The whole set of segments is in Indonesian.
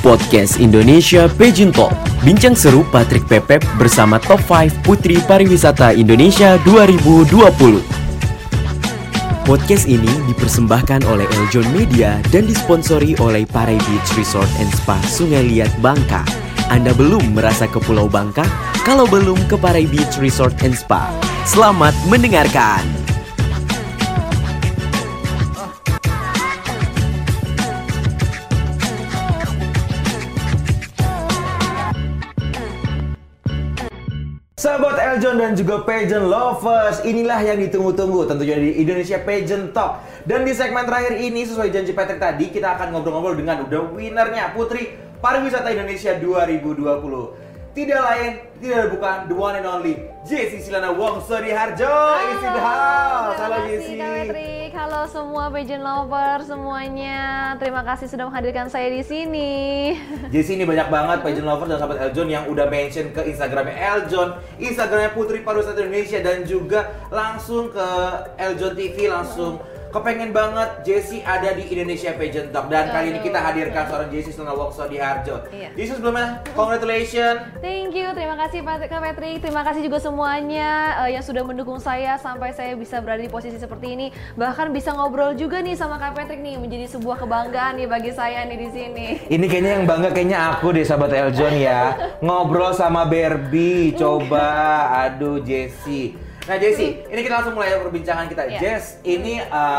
Podcast Indonesia Pageant Talk. Bincang seru Patrick Pepep bersama Top 5 Putri Pariwisata Indonesia 2020. Podcast ini dipersembahkan oleh Eljon Media dan disponsori oleh Parai Beach Resort and Spa Sungai Liat Bangka. Anda belum merasa ke Pulau Bangka? Kalau belum, ke Parai Beach Resort and Spa. Selamat mendengarkan. Sahabat Eljon dan juga pageant lovers, inilah yang ditunggu-tunggu tentunya di Indonesia Pageant Talk. Dan di segmen terakhir ini, sesuai janji Patrick tadi, kita akan ngobrol-ngobrol dengan winernya Putri Pariwisata Indonesia 2020. Tidak lain, tidak bukan the one and only Jessie Silana Wongsodiharjo is in the house. Halo Jessie. Kak Patrick, halo semua pageant lover semuanya. Terima kasih sudah menghadirkan saya di sini. Jessie, ini banyak banget pageant lover dan sahabat Eljon yang udah mention ke Instagramnya Eljon, Instagramnya Putri Pariwisata Indonesia, dan juga langsung ke Eljon TV langsung kepengen banget Jessie ada di Indonesia Pageant Talk. Dan kali ini kita hadirkan seorang Jessie Silana Wongsodiharjo. Jessie, sebelumnya congratulations. Thank you, terima kasih Kak Patrick. Terima kasih juga semuanya yang sudah mendukung saya sampai saya bisa berada di posisi seperti ini. Bahkan bisa ngobrol juga nih sama Kak Patrick nih, menjadi sebuah kebanggaan nih bagi saya nih di sini. Ini kayaknya yang bangga kayaknya aku deh, sahabat Eljon ya. Ngobrol sama Barbie, coba. Aduh Jessie. Nah Jessie, ini kita langsung mulai perbincangan kita. Jess, ini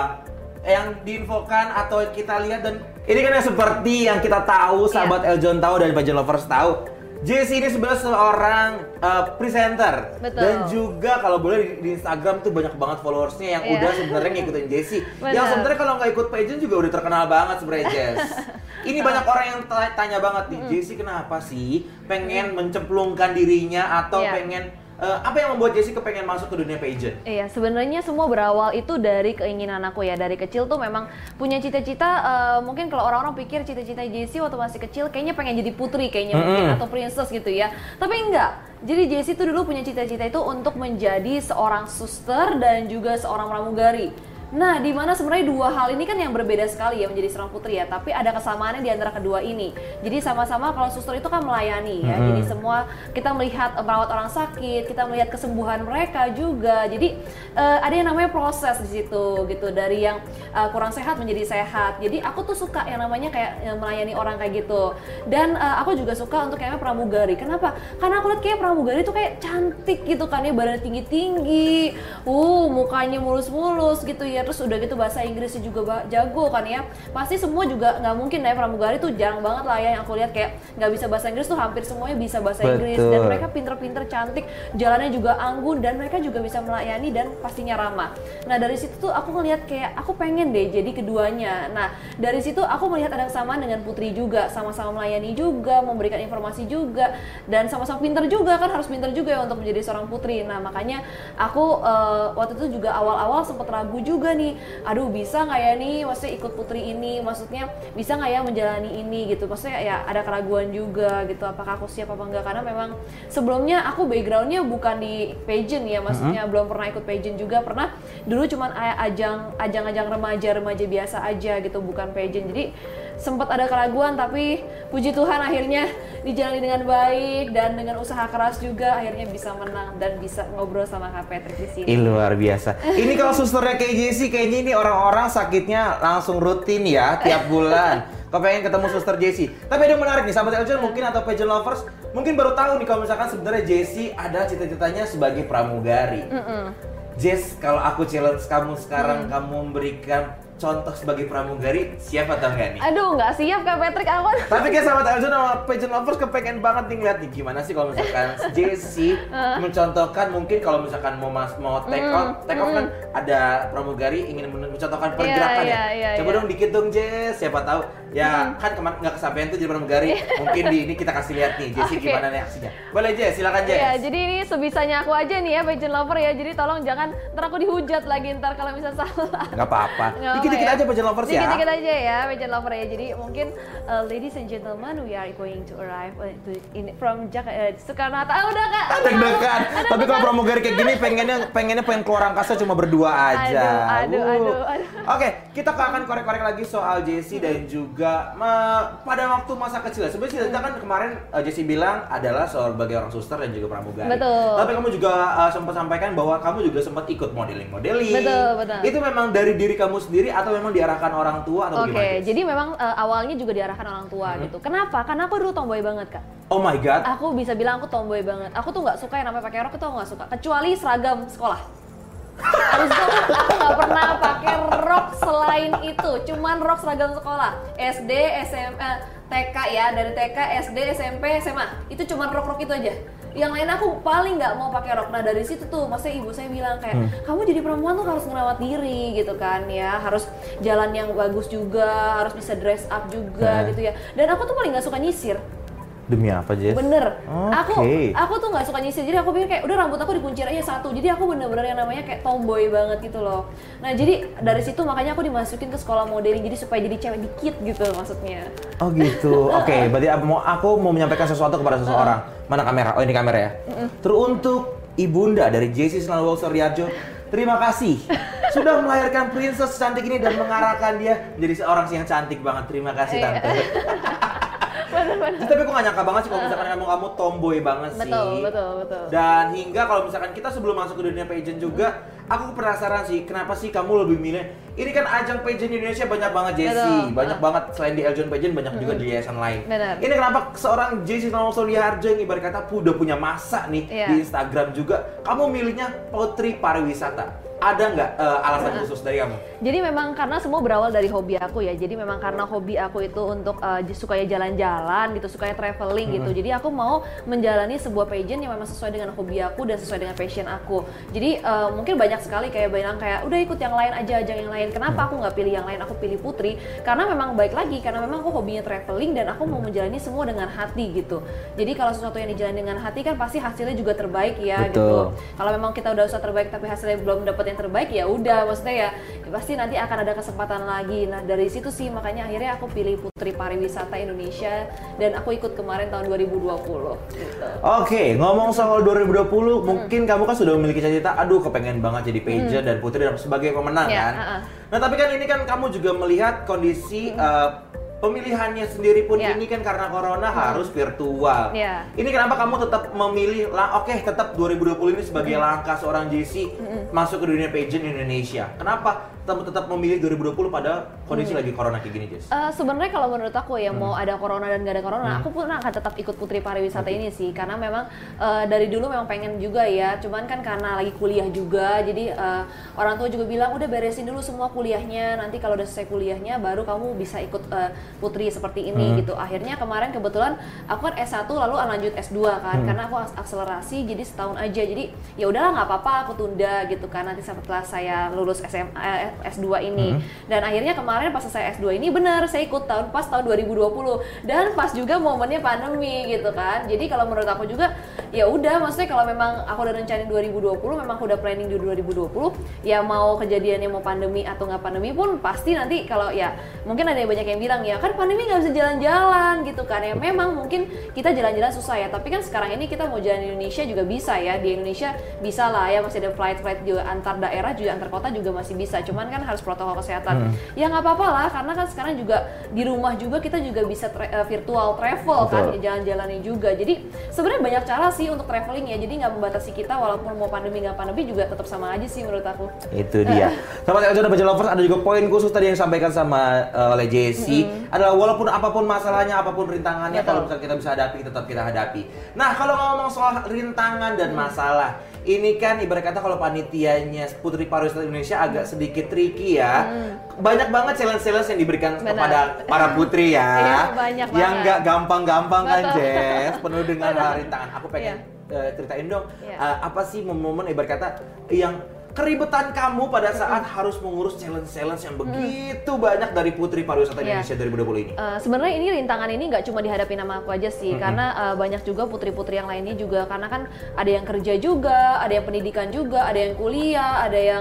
yang diinfokan atau kita lihat, dan ini kan yang seperti yang kita tahu, sahabat Eljon tahu dan pageant lovers tahu. Jessie ini sebenarnya seorang presenter. Betul. Dan juga kalau boleh di Instagram tuh banyak banget followersnya yang udah sebenarnya ngikutin Jessie. Yang sebenarnya kalau nggak ikut pageant juga udah terkenal banget sebenarnya Jess. Ini banyak orang yang tanya banget nih, Jessie kenapa sih pengen mencemplungkan dirinya atau pengen apa yang membuat Jessie kepengen masuk ke dunia pageant? Iya, sebenarnya semua berawal itu dari keinginan aku ya. Dari kecil tuh memang punya cita-cita, mungkin kalau orang-orang pikir cita-cita Jessie waktu masih kecil kayaknya pengen jadi putri kayaknya mungkin, atau princess gitu ya. Tapi enggak. Jadi Jessie tuh dulu punya cita-cita itu untuk menjadi seorang suster dan juga seorang pramugari. Nah, di mana sebenarnya dua hal ini kan yang berbeda sekali ya menjadi seorang putri ya, tapi ada kesamaannya di antara kedua ini. Jadi sama-sama kalau suster itu kan melayani ya. Jadi semua kita melihat merawat orang sakit, kita melihat kesembuhan mereka juga. Jadi ada yang namanya proses di situ gitu, dari yang kurang sehat menjadi sehat. Jadi aku tuh suka yang namanya kayak melayani orang kayak gitu. Dan aku juga suka untuk kayaknya pramugari. Kenapa? Karena aku lihat kayak pramugari itu kayak cantik gitu kan ya, badan tinggi-tinggi, mukanya mulus-mulus gitu ya. Terus udah gitu bahasa Inggrisnya juga jago kan ya. Pasti semua juga nggak mungkin ya, pramugari tuh jarang banget lah ya yang aku lihat kayak nggak bisa bahasa Inggris tuh hampir semuanya bisa bahasa Inggris. Dan mereka pinter-pinter, cantik, jalannya juga anggun, dan mereka juga bisa melayani dan pastinya ramah. Nah dari situ tuh aku ngelihat kayak aku pengen deh jadi keduanya. Nah dari situ aku melihat ada kesamaan dengan Putri juga, sama-sama melayani juga, memberikan informasi juga, dan sama-sama pinter juga kan, harus pinter juga ya untuk menjadi seorang putri. Nah makanya aku waktu itu juga awal-awal sempet ragu juga nih, aduh bisa nggak ya nih maksudnya ikut putri ini, maksudnya bisa nggak ya menjalani ini gitu, maksudnya ya ada keraguan juga gitu, apakah aku siap apa enggak, karena memang sebelumnya aku backgroundnya bukan di pageant ya, maksudnya belum pernah ikut pageant juga, pernah dulu cuman ajang-ajang remaja biasa aja gitu, bukan pageant. Jadi sempat ada keraguan, tapi puji Tuhan akhirnya dijalani dengan baik dan dengan usaha keras juga akhirnya bisa menang dan bisa ngobrol sama Kak Patrick di sini. Luar biasa. Ini kalau susternya kayak Jessie, kayaknya ini orang-orang sakitnya langsung rutin ya tiap bulan. Kepengen ketemu suster Jessie. Tapi ada yang menarik nih, sahabat Eljon mungkin atau pageant lovers mungkin baru tahu nih kalau misalkan sebenarnya Jessie ada cita-citanya sebagai pramugari. Jess, kalau aku challenge kamu sekarang, kamu memberikan contoh sebagai pramugari, siap atau enggak nih? Aduh, nggak siap Kak Patrick aku. Tapi kayak sahabat Eljon sama pageant lovers kepengen banget nih ngeliat nih gimana sih kalau misalkan Jessie mencontohkan, mungkin kalau misalkan mau take off kan ada pramugari ingin mencontohkan pergerakan Coba dong dikit dong Jess, siapa tahu ya kan kemarin nggak kesampaian tuh jadi pramugari. Mungkin di ini kita kasih lihat nih Jessie gimana nih aksinya. Boleh Jess, silakan Jess. Ya, jadi ini sebisanya aku aja nih ya pageant lover ya. Jadi tolong jangan ntar aku dihujat lagi ntar kalau misalnya salah. Nggak apa-apa. Dikit-dikit aja pageant lovers ya. Dikit-dikit aja ya pageant lover ya. Jadi mungkin ladies and gentlemen, we are going to arrive from Soekarno-Hatta. Udah Kak. Deg-degan. Tapi kalau pramugari kayak gini pengen keluar angkasa cuma berdua aja. Aduh. Oke. kita akan korek-korek lagi soal Jessie dan juga pada waktu masa kecil. Sebenarnya kita kan kemarin Jessie bilang adalah sebagai orang suster dan juga pramugari. Betul. Tapi kamu juga sempat sampaikan bahwa kamu juga sempat ikut modeling. Betul. Itu memang dari diri kamu sendiri atau memang diarahkan orang tua atau gimana? Oke, jadi memang awalnya juga diarahkan orang tua gitu. Kenapa? Karena aku dulu tomboy banget, Kak. Oh my god. Aku bisa bilang aku tomboy banget. Aku tuh nggak suka yang namanya pakai rok, itu aku nggak suka. Kecuali seragam sekolah. Habis itu aku nggak pernah pakai rok selain itu, cuman rok seragam sekolah. SD, SMA, TK ya, dari TK, SD, SMP, SMA. Itu cuman rok-rok itu aja. Yang lain aku paling nggak mau pakai rok. Nah dari situ tuh, maksudnya ibu saya bilang kayak, kamu jadi perempuan tuh harus ngerawat diri gitu kan ya, harus jalan yang bagus juga, harus bisa dress up juga gitu ya. Dan aku tuh paling nggak suka nyisir. Demi apa, Jess? Bener. Okay. Aku tuh nggak suka nyisir, jadi aku pikir kayak udah rambut aku dikuncir aja satu. Jadi aku bener-bener yang namanya kayak tomboy banget gitu loh. Nah jadi dari situ makanya aku dimasukin ke sekolah modeling, jadi supaya jadi cewek dikit gitu maksudnya. Oh gitu. Oke, berarti aku mau menyampaikan sesuatu kepada seseorang. Mana kamera? Oh ini kamera ya. Teruntuk ibunda dari Jessie Snellwell Suryajo, terima kasih sudah melahirkan princess cantik ini dan mengarahkan dia menjadi seorang yang cantik banget. Terima kasih tante. Tapi aku gak nyangka banget sih kalau misalkan kamu tomboy banget sih. Betul. Dan hingga kalau misalkan kita sebelum masuk ke dunia pageant juga, aku penasaran sih kenapa sih kamu lebih milih. Ini kan ajang pageant di Indonesia banyak banget Jessie, banyak banget selain di Eljon Pageant banyak juga di yayasan lain. Bener. Ini kenapa seorang Jessie Snellwell Suryajo yang ibarat kata udah punya masa nih di Instagram juga, kamu milihnya putri pariwisata. Ada nggak alasan khusus dari kamu? Jadi memang karena semua berawal dari hobi aku ya. Jadi memang karena hobi aku itu untuk sukanya jalan-jalan gitu, sukanya traveling gitu. Jadi aku mau menjalani sebuah pageant yang memang sesuai dengan hobi aku dan sesuai dengan passion aku. Jadi mungkin banyak sekali kayak bilang kayak udah ikut yang lain aja, ajang yang lain. Kenapa aku nggak pilih yang lain? Aku pilih putri karena memang baik lagi karena memang aku hobinya traveling dan aku mau menjalani semua dengan hati gitu. Jadi kalau sesuatu yang dijalani dengan hati kan pasti hasilnya juga terbaik ya. Betul. Gitu. Kalau memang kita udah usaha terbaik tapi hasilnya belum dapat yang terbaik ya udah, maksudnya ya pasti nanti akan ada kesempatan lagi. Nah dari situ sih makanya akhirnya aku pilih Putri Pariwisata Indonesia dan aku ikut kemarin tahun 2020 gitu. Oke, ngomong soal 2020 mungkin kamu kan sudah memiliki cita-cita, aduh kepengen banget jadi pageant dan putri dan sebagai pemenang kan. Nah tapi kan ini kan kamu juga melihat kondisi pemilihannya sendiri pun ini kan karena corona harus virtual. Ini kenapa kamu tetap memilih tetap 2020 ini sebagai langkah seorang Jessie masuk ke dunia pageant Indonesia. Kenapa tetap memilih 2020 pada kondisi lagi corona kayak gini, Jess? Sebenarnya kalau menurut aku ya mau ada corona dan gak ada corona, aku pun akan tetap ikut Putri Pariwisata ini sih, karena memang dari dulu memang pengen juga ya, cuman kan karena lagi kuliah juga, jadi orang tua juga bilang udah beresin dulu semua kuliahnya, nanti kalau udah selesai kuliahnya baru kamu bisa ikut Putri seperti ini gitu. Akhirnya kemarin kebetulan aku kan S1 lalu lanjut S2 kan, karena aku akselerasi jadi setahun aja, jadi ya udahlah nggak apa-apa aku tunda gitu kan, nanti setelah saya lulus S2 ini. Dan akhirnya kemarin pas saya S2 ini benar saya ikut pas tahun 2020 dan pas juga momennya pandemi gitu kan. Jadi kalau menurut aku juga ya udah, maksudnya kalau memang aku udah rencanain 2020, memang aku udah planning di 2020, ya mau kejadiannya mau pandemi atau nggak pandemi pun pasti nanti kalau ya mungkin ada banyak yang bilang ya kan pandemi nggak bisa jalan-jalan gitu kan, ya memang mungkin kita jalan-jalan susah ya, tapi kan sekarang ini kita mau jalan di Indonesia juga bisa ya, di Indonesia bisa lah ya, masih ada flight juga antar daerah juga antar kota juga masih bisa, cuman kan harus protokol kesehatan. Ya nggak apa-apa lah, karena kan sekarang juga di rumah juga kita juga bisa virtual travel kan, ya jalan-jalannya juga. Jadi sebenarnya banyak cara sih untuk traveling ya, jadi nggak membatasi kita walaupun mau pandemi nggak pandemi juga tetap sama aja sih menurut aku. Itu dia. Sahabat Eljon dan Pageant Lovers, ada juga poin khusus tadi yang disampaikan sama oleh Jessie adalah walaupun apapun masalahnya, apapun rintangannya, kalau misalnya kita bisa hadapi, tetap kita hadapi. Nah kalau ngomong soal rintangan dan masalah, ini kan ibarat kata kalau panitianya Putri Pariwisata Indonesia agak sedikit tricky ya. Banyak banget challenge-challenge yang diberikan kepada para putri ya. Iya, banyak yang nggak gampang-gampang kan, Betul. Jess. Penuh dengan rintangan. Aku pengen ceritain dong, apa sih momen ibarat kata yang keribetan kamu pada saat harus mengurus challenge-challenge yang begitu banyak dari Putri Pariwisata Indonesia 2020 ini? Sebenarnya ini rintangan ini nggak cuma dihadapi nama aku aja sih, karena banyak juga putri-putri yang lainnya juga, karena kan ada yang kerja juga, ada yang pendidikan juga, ada yang kuliah, ada yang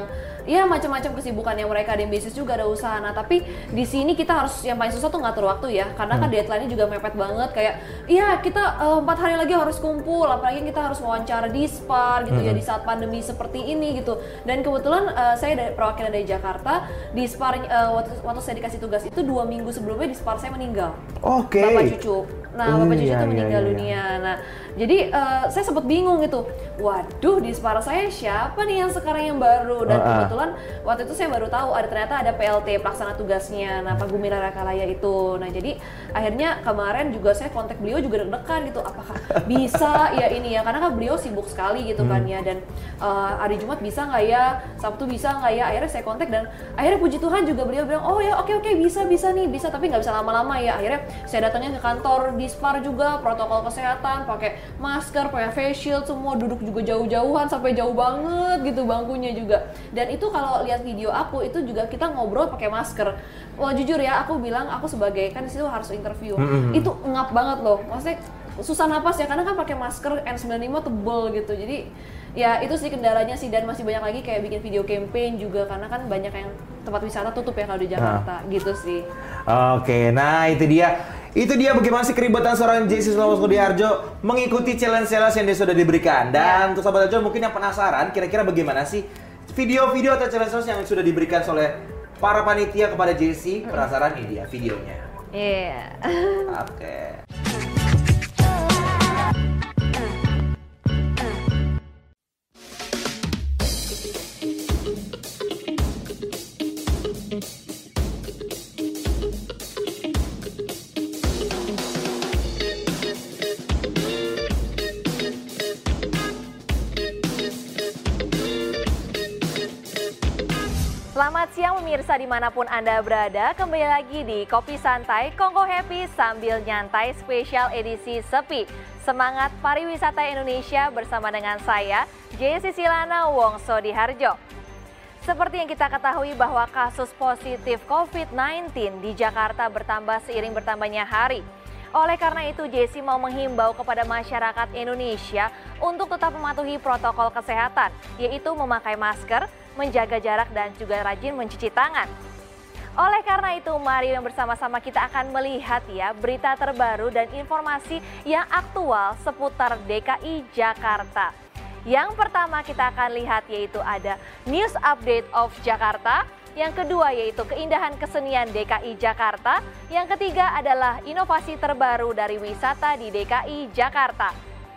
ya macam-macam kesibukannya mereka, ada yang bisnis juga, ada usaha. Nah tapi di sini kita harus, yang paling susah tuh ngatur waktu ya, karena kan deadline-nya juga mepet banget. Kayak iya kita 4 hari lagi harus kumpul, apalagi kita harus wawancara di Spar gitu ya di saat pandemi seperti ini gitu. Dan kebetulan saya perwakilan dari Jakarta di Spar, waktu saya dikasih tugas itu 2 minggu sebelumnya di Spar saya meninggal. Oke. Bapak cucu. Nah, Bapak cucu Iya, itu meninggal iya. dunia. Nah, jadi saya sempat bingung gitu. Waduh, di Spar saya siapa nih yang sekarang yang baru? Dan kebetulan waktu itu saya baru tahu ternyata ada PLT pelaksana tugasnya. Nah, Pak Gumilar Rakalaya itu. Nah, jadi akhirnya kemarin juga saya kontak beliau juga deg-degan gitu. Apakah bisa ya ini ya? Karena kan beliau sibuk sekali gitu kan ya. Dan hari Jumat bisa nggak ya? Sabtu bisa nggak ya? Akhirnya saya kontak dan akhirnya puji Tuhan juga beliau bilang, oh ya oke bisa nih, bisa, tapi nggak bisa lama-lama ya. Akhirnya saya datangnya ke kantor di Spar juga, protokol kesehatan, pakai masker, pakai face shield, semua duduk juga jauh-jauhan sampai jauh banget gitu bangkunya juga. Dan itu kalau lihat video aku itu juga kita ngobrol pakai masker. Wah jujur ya, aku bilang aku sebagai kan di situ harus interview, itu ngap banget loh. Maksudnya susah napas ya, karena kan pakai masker N95 tebel gitu. Jadi ya itu sih kendalanya sih, dan masih banyak lagi kayak bikin video campaign juga, karena kan banyak yang tempat wisata tutup ya kalau di Jakarta gitu sih. Oke, nah itu dia bagaimana sih keribetan seorang Jessie Sulawesi Sudiharjo mengikuti challenge-challenge yang dia sudah diberikan. Dan untuk sahabat Eljon mungkin yang penasaran kira-kira bagaimana sih video-video atau challenge yang sudah diberikan oleh para panitia kepada Jessie, penasaran ini dia videonya. Iya. Oke. Selamat siang pemirsa dimanapun Anda berada, kembali lagi di Kopi Santai Kongko Happy sambil nyantai spesial edisi Sepi. Semangat Pariwisata Indonesia bersama dengan saya, Jessie Silana Wongso Diharjo. Seperti yang kita ketahui bahwa kasus positif COVID-19 di Jakarta bertambah seiring bertambahnya hari. Oleh karena itu, Jessie mau menghimbau kepada masyarakat Indonesia untuk tetap mematuhi protokol kesehatan, yaitu memakai masker, menjaga jarak, dan juga rajin mencuci tangan. Oleh karena itu, mari bersama-sama kita akan melihat ya berita terbaru dan informasi yang aktual seputar DKI Jakarta. Yang pertama kita akan lihat yaitu ada News Update of Jakarta. Yang kedua yaitu keindahan kesenian DKI Jakarta. Yang ketiga adalah inovasi terbaru dari wisata di DKI Jakarta.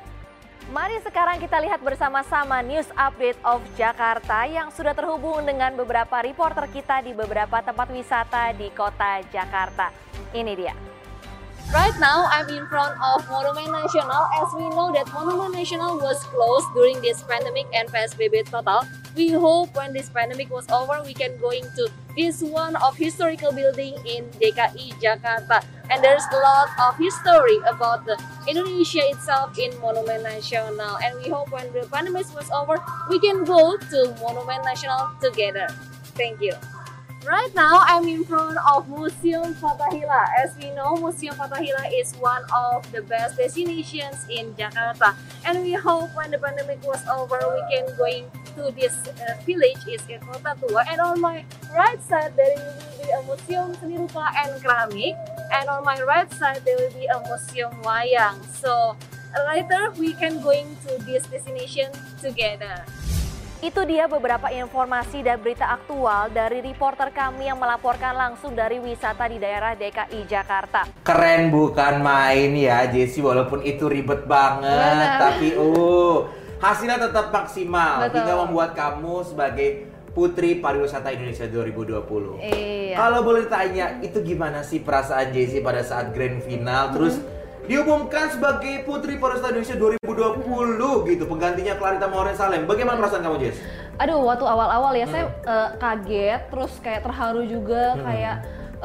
Mari sekarang kita lihat bersama-sama News Update of Jakarta yang sudah terhubung dengan beberapa reporter kita di beberapa tempat wisata di kota Jakarta. Ini dia. Right now, I'm in front of Monumen Nasional. As we know that Monumen Nasional was closed during this pandemic and PSBB total. We hope when this pandemic was over, we can going to this one of historical building in DKI Jakarta. And there's a lot of history about the Indonesia itself in Monumen Nasional. And we hope when the pandemic was over, we can go to Monumen Nasional together. Thank you. Right now, I'm in front of Museum Fathahillah. As we know, Museum Fathahillah is one of the best destinations in Jakarta. And we hope when the pandemic was over, we can going to this village is in Kota Tua. And on my right side, there will be a Museum Seni Rupa and Keramik. And on my right side, there will be a Museum Wayang. So later, we can going to this destination together. Itu dia beberapa informasi dan berita aktual dari reporter kami yang melaporkan langsung dari wisata di daerah DKI Jakarta. Keren bukan main ya Jessie, walaupun itu ribet banget. Benar. Tapi hasilnya tetap maksimal. Betul. Hingga membuat kamu sebagai Putri Pariwisata Indonesia 2020. Iya. Kalau boleh tanya, itu gimana sih perasaan Jessie pada saat grand final? Terus diumumkan sebagai Putri Pariwisata Indonesia 2020 gitu, penggantinya Clarita Maureen Salem. Bagaimana perasaan kamu, Jess? Aduh, waktu awal-awal ya saya kaget, terus kayak terharu juga, kayak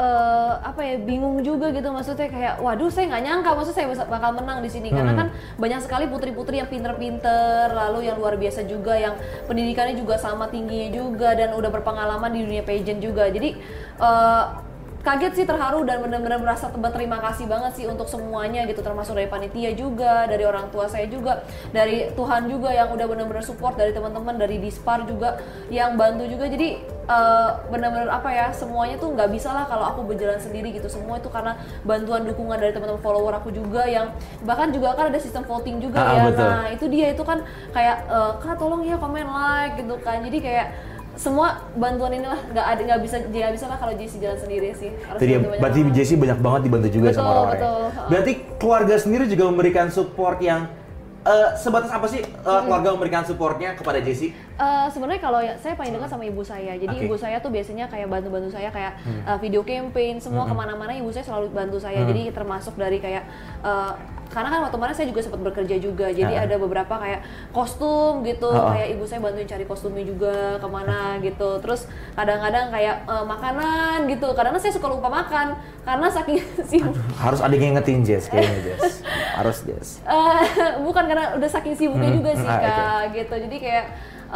bingung juga gitu, maksudnya kayak waduh saya nggak nyangka maksudnya saya bakal menang di sini karena kan banyak sekali putri-putri yang pinter-pinter, lalu yang luar biasa juga, yang pendidikannya juga sama tingginya juga dan udah berpengalaman di dunia pageant juga. Jadi kaget sih, terharu, dan benar-benar merasa berterima kasih banget sih untuk semuanya gitu, termasuk dari panitia juga, dari orang tua saya juga, dari Tuhan juga yang udah benar-benar support, dari teman-teman dari Dispar juga yang bantu juga. Jadi benar-benar apa ya, semuanya tuh nggak bisa lah kalau aku berjalan sendiri gitu. Semua itu karena bantuan dukungan dari teman-teman follower aku juga, yang bahkan juga kan ada sistem voting juga ya. Betul. Nah itu dia, itu kan kayak Kak tolong ya komen like gitu kan. Jadi kayak semua bantuan inilah nggak bisa lah kalau Jessie jalan sendiri sih. Harus Jadi bantu banyak berarti orang. Jessie banyak banget dibantu juga Betul, sama orang-orang. betul. Berarti keluarga sendiri juga memberikan support yang sebatas apa sih keluarga memberikan supportnya kepada Jessie? Sebenarnya kalau saya paling dekat sama ibu saya. Jadi Oke. ibu saya tuh biasanya kayak bantu-bantu saya kayak video campaign, semua kemana-mana ibu saya selalu bantu saya. Jadi termasuk dari kayak karena kan waktu kemarin saya juga sempat bekerja juga, jadi ada beberapa kayak kostum gitu, kayak ibu saya bantuin cari kostumnya juga kemana gitu. Terus kadang-kadang kayak makanan gitu, kadang saya suka lupa makan karena saking sibuk. Harus ada yang ngetin Jess kayaknya Jess. Harus Jess. Bukan karena udah saking sibuknya juga sih Kak, Oke. gitu. Jadi kayak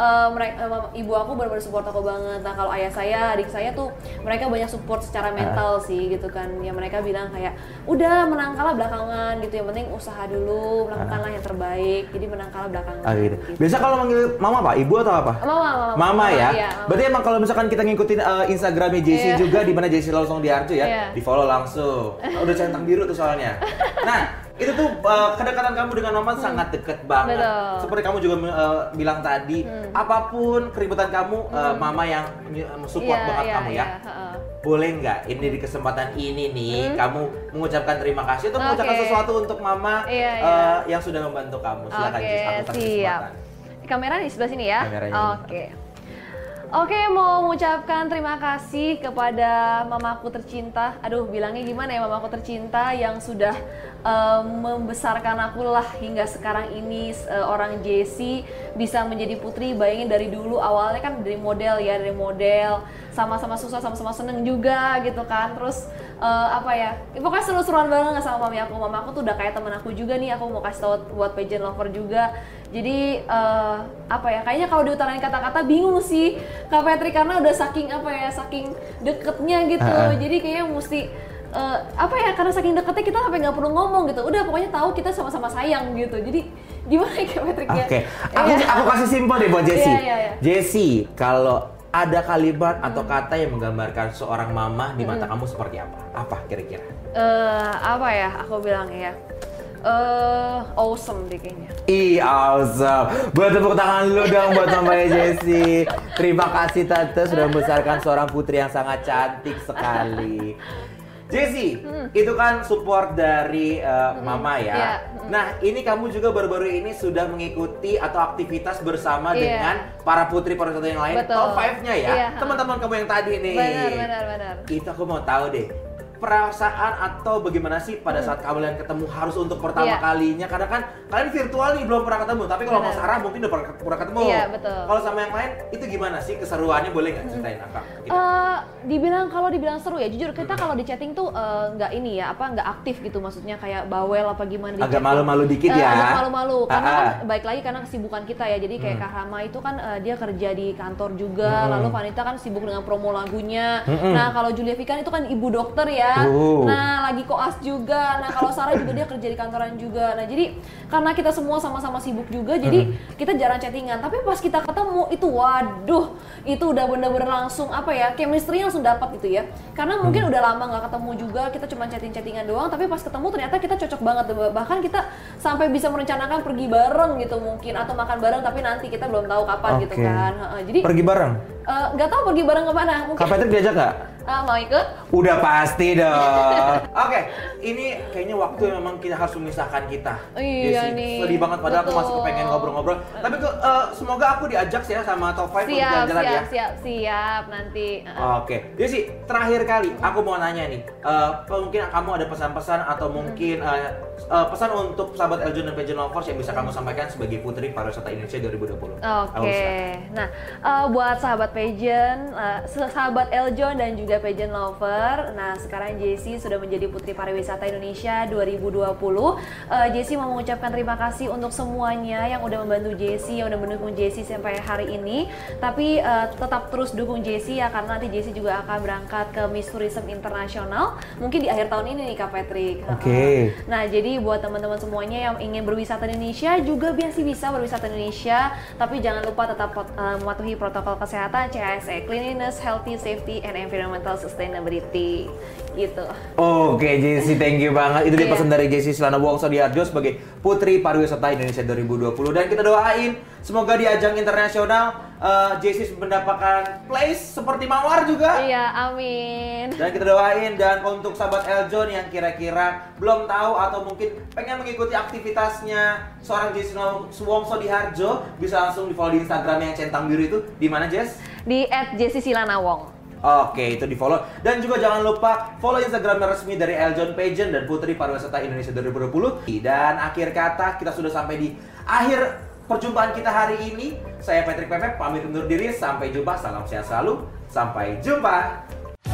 ibu aku benar-benar support aku banget. Nah kalau ayah saya, adik saya tuh mereka banyak support secara mental sih gitu kan. Ya mereka bilang kayak udah menang kalah belakangan gitu, yang penting usaha dulu, lakukanlah yang terbaik. Jadi menang kalah belakangan. Gitu. Biasa kalau manggil mama apa? Ibu atau apa? Mama ya. Iya, mama. Berarti emang kalau misalkan kita ngikutin Instagramnya Jessie juga, di mana Jessie Lawsong Diarjo ya, Iya. di follow langsung. Udah centang biru tuh soalnya. Nah itu tuh kedekatan kamu dengan mama sangat deket banget. Betul. Seperti kamu juga bilang tadi, apapun keributan kamu, mama yang support banget kamu ya. Boleh nggak ini di kesempatan ini nih kamu mengucapkan terima kasih atau mengucapkan sesuatu untuk mama yang sudah membantu kamu? Silakan Jess, aku kasih siap. kesempatan. Kamera di sebelah sini ya. Kameranya ini. Oke, mau mengucapkan terima kasih kepada mamaku tercinta. Aduh, bilangnya gimana ya, mamaku tercinta yang sudah membesarkan aku lah hingga sekarang ini, orang Jessie bisa menjadi putri. Bayangin dari dulu awalnya kan dari model ya, sama-sama susah, sama-sama seneng juga gitu kan. Terus apa ya, pokoknya seru-seruan banget sama mami aku. Mama aku tuh udah kayak temen aku juga nih, aku mau kasih tau buat pageant lover juga. Jadi apa ya, kayaknya kalau diutarain kata-kata bingung sih Kak Patrick, karena udah saking apa ya, saking deketnya gitu. Jadi kayaknya mesti apa ya, karena saking deketnya kita sampai nggak perlu ngomong gitu. Udah pokoknya tahu kita sama-sama sayang gitu. Jadi gimana ya Kak Patrick ya? Oke, aku kasih simpel deh buat Jessie. Iya. Jessie, kalau ada kalimat atau kata yang menggambarkan seorang mama di mata kamu seperti apa? Apa kira-kira? Apa ya, aku bilang ya, awesome deh kayaknya. Awesome. Buat tepuk tangan dulu dong buat mamanya Jessie. Terima kasih Tante sudah membesarkan seorang putri yang sangat cantik sekali. Jessie, itu kan support dari mama ya. Iya. Nah, ini kamu juga baru-baru ini sudah mengikuti atau aktivitas bersama dengan para putri pariwisata yang lain. Betul. Top 5-nya ya. Iya. Teman-teman kamu yang tadi nih. Benar. Itu aku mau tahu deh. Perasaan atau bagaimana sih pada saat kalian ketemu harus untuk pertama kalinya, karena kan kalian virtual nih belum pernah ketemu, tapi kalau sama Sarah mungkin udah pernah ketemu. Iya, betul. Kalau sama yang lain itu gimana sih keseruannya, boleh nggak ceritain apa? Kalau dibilang seru ya, jujur kita kalau di chatting tuh nggak ini ya, apa nggak aktif gitu, maksudnya kayak bawel apa gimana di Agak chatting. malu-malu dikit ya. Agak malu-malu karena kan baik lagi karena kesibukan kita ya. Jadi kayak Kak Rama itu kan dia kerja di kantor juga, lalu Vanita kan sibuk dengan promo lagunya. Nah, kalau Julia Vikan itu kan ibu dokter ya. Nah, lagi koas juga. Nah, kalau Sarah juga dia kerja di kantoran juga. Nah, jadi karena kita semua sama-sama sibuk juga, jadi kita jarang chattingan. Tapi pas kita ketemu itu, waduh, itu udah bener-bener langsung apa ya, chemistry langsung dapat gitu ya. Karena mungkin udah lama nggak ketemu juga, kita cuma chattingan doang. Tapi pas ketemu ternyata kita cocok banget. Bahkan kita sampai bisa merencanakan pergi bareng gitu mungkin, atau makan bareng. Tapi nanti kita belum tahu kapan gitu kan. Jadi pergi bareng? Nggak tahu pergi bareng kemana. Mungkin Kak Patrick diajak nggak? mau ikut? Udah pasti dong. Oke, ini kayaknya waktu yang memang kita harus memisahkan kita. Iya Jessie, nih. sedih banget padahal aku masih Betul. kepengen ngobrol-ngobrol. Tapi semoga aku diajak ya sama Top 5 untuk jalan-jalan ya. Siap nanti. Oke, Jessie, terakhir kali aku mau nanya nih, mungkin kamu ada pesan-pesan atau mungkin pesan untuk sahabat Eljon dan Pageant Lovers yang bisa kamu sampaikan sebagai Putri Pariwisata Indonesia 2020. Oke. Nah, buat sahabat Pageant, sahabat Eljon dan juga ada pageant lover. Nah, sekarang Jessie sudah menjadi Putri Pariwisata Indonesia 2020. Jessie mau mengucapkan terima kasih untuk semuanya yang udah membantu Jessie, yang udah mendukung Jessie sampai hari ini. Tapi tetap terus dukung Jessie ya, karena nanti Jessie juga akan berangkat ke Miss Tourism Internasional mungkin di akhir tahun ini nih Kak Patrick. Oke. Nah, jadi buat teman-teman semuanya yang ingin berwisata di Indonesia juga masih bisa berwisata di Indonesia, tapi jangan lupa tetap mematuhi protokol kesehatan CHSE, Cleanliness, Healthy, Safety, and Environmental Sustainability gitu. Oke, Jessie, thank you banget. Itu dia Iya. pesan dari Jessie Silana Wongso Diharjo sebagai Putri Pariwisata Indonesia 2020. Dan kita doain semoga di ajang internasional Jessie mendapatkan place seperti Mawar juga. Iya, amin. Dan kita doain. Dan untuk sahabat Eljon yang kira-kira belum tahu atau mungkin pengen mengikuti aktivitasnya seorang Jessie Wongso Diharjo, bisa langsung di follow di Instagram yang centang biru itu. Di mana, Jess? Di @jessieSilanawong. Oke, itu di follow. Dan juga jangan lupa follow Instagram resmi dari Eljon Pageant dan Putri Pariwisata Indonesia 2020. Dan akhir kata, kita sudah sampai di akhir perjumpaan kita hari ini. Saya Patrick Pepep, pamit undur diri. Sampai jumpa, salam sehat selalu. Sampai jumpa.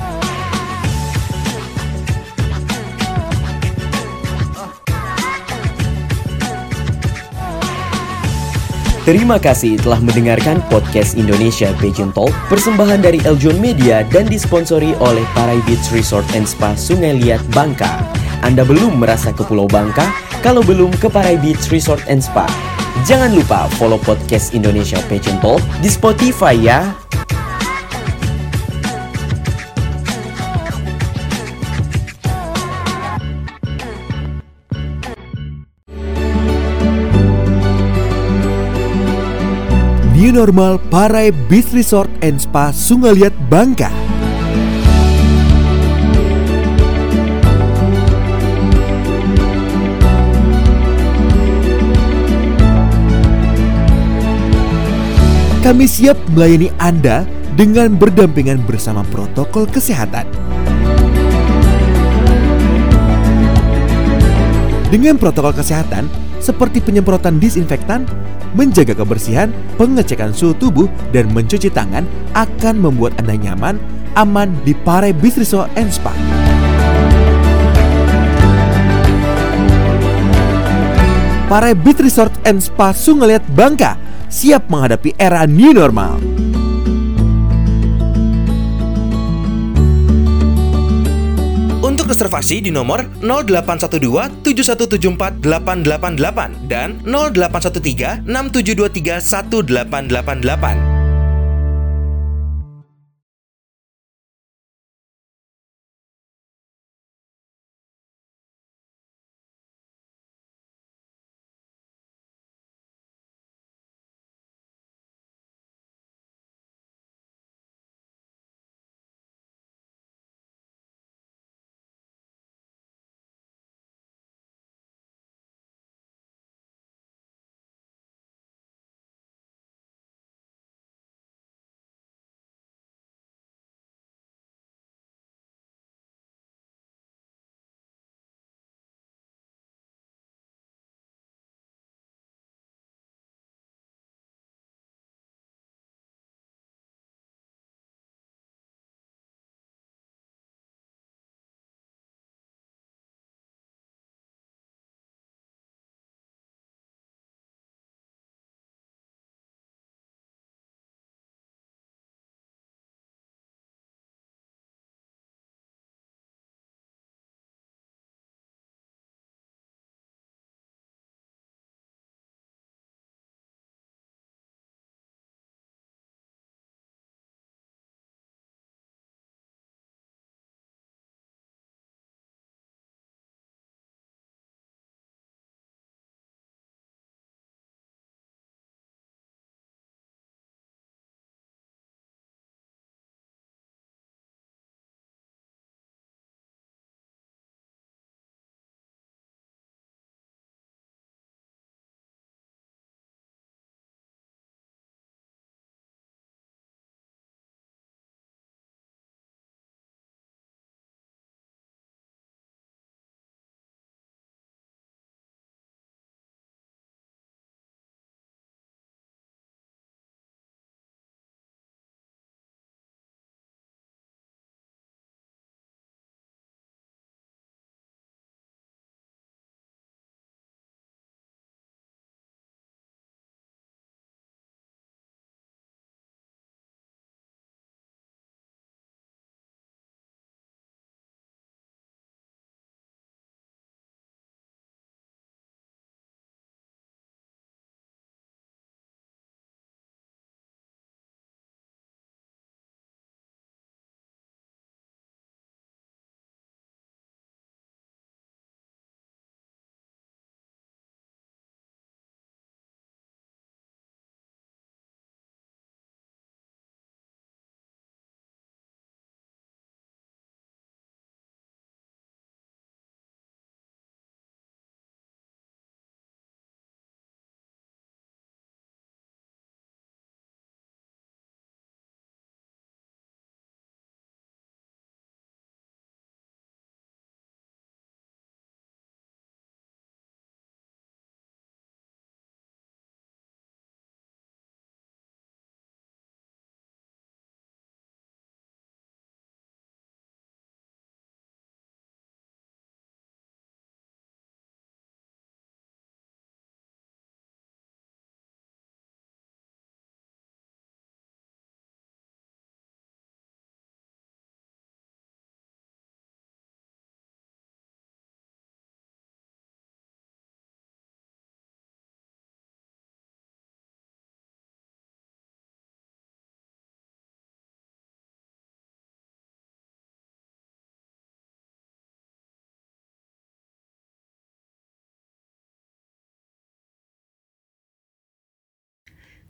Terima kasih telah mendengarkan podcast Indonesia Pageant Talk, persembahan dari Eljon Media dan disponsori oleh Parai Beach Resort and Spa Sungai Liat, Bangka. Anda belum merasa ke Pulau Bangka? Kalau belum, ke Parai Beach Resort and Spa. Jangan lupa follow podcast Indonesia Pageant Talk di Spotify ya. New Normal Parai Beach Resort and Spa Sungai Liat, Bangka. Kami siap melayani Anda dengan berdampingan bersama protokol kesehatan. Dengan protokol kesehatan seperti penyemprotan disinfektan, menjaga kebersihan, pengecekan suhu tubuh, dan mencuci tangan akan membuat Anda nyaman, aman di Parai Beach Resort and Spa. Parai Beach Resort and Spa Sungai Liat, Bangka siap menghadapi era new normal. Untuk reservasi di nomor 0812 7174 888 dan 0813 6723 1888.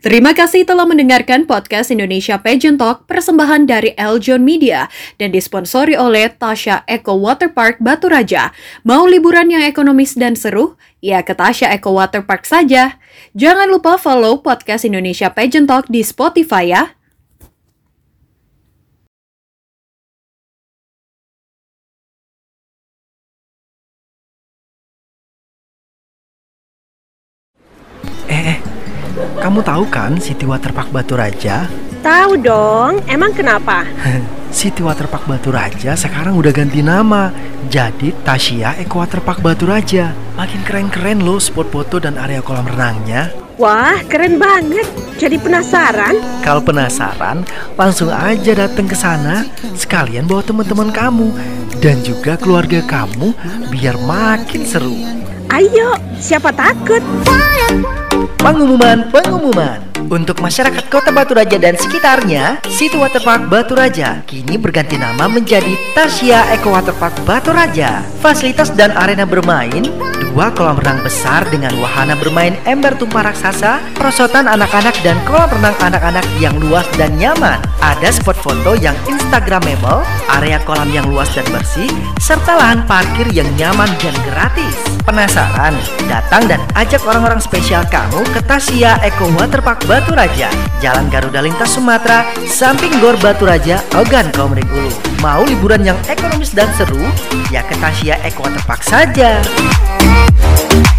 Terima kasih telah mendengarkan podcast Indonesia Pageant Talk persembahan dari Eljon Media dan disponsori oleh Tasya Eco Waterpark Batu Raja. Mau liburan yang ekonomis dan seru? Ya ke Tasya Eco Waterpark saja. Jangan lupa follow podcast Indonesia Pageant Talk di Spotify ya. Kamu tahu kan City Waterpark Batu Raja? Tahu dong, emang kenapa? City Waterpark Batu Raja sekarang udah ganti nama jadi Tasya Eco Waterpark Batu Raja. Makin keren-keren loh spot foto dan area kolam renangnya. Wah, keren banget. Jadi penasaran? Kalau penasaran, langsung aja datang ke sana. Sekalian bawa teman-teman kamu dan juga keluarga kamu biar makin seru. Ayo, siapa takut? Pengumuman. Untuk masyarakat Kota Batu Raja dan sekitarnya, City Waterpark Batu Raja kini berganti nama menjadi Tasya Eco Waterpark Batu Raja. Fasilitas dan arena bermain, 2 kolam renang besar dengan wahana bermain ember tumpah raksasa, perosotan anak-anak dan kolam renang anak-anak yang luas dan nyaman. Ada spot foto yang instagramable, area kolam yang luas dan bersih, serta lahan parkir yang nyaman dan gratis. Penasaran? Datang dan ajak orang-orang spesial kamu ke Tasya Eco Waterpark Batu Raja, Jalan Garuda Lintas Sumatera, samping Gor Batu Raja, Ogan Komering Ulu. Mau liburan yang ekonomis dan seru? Ya ke Tasya Eco Waterpark saja.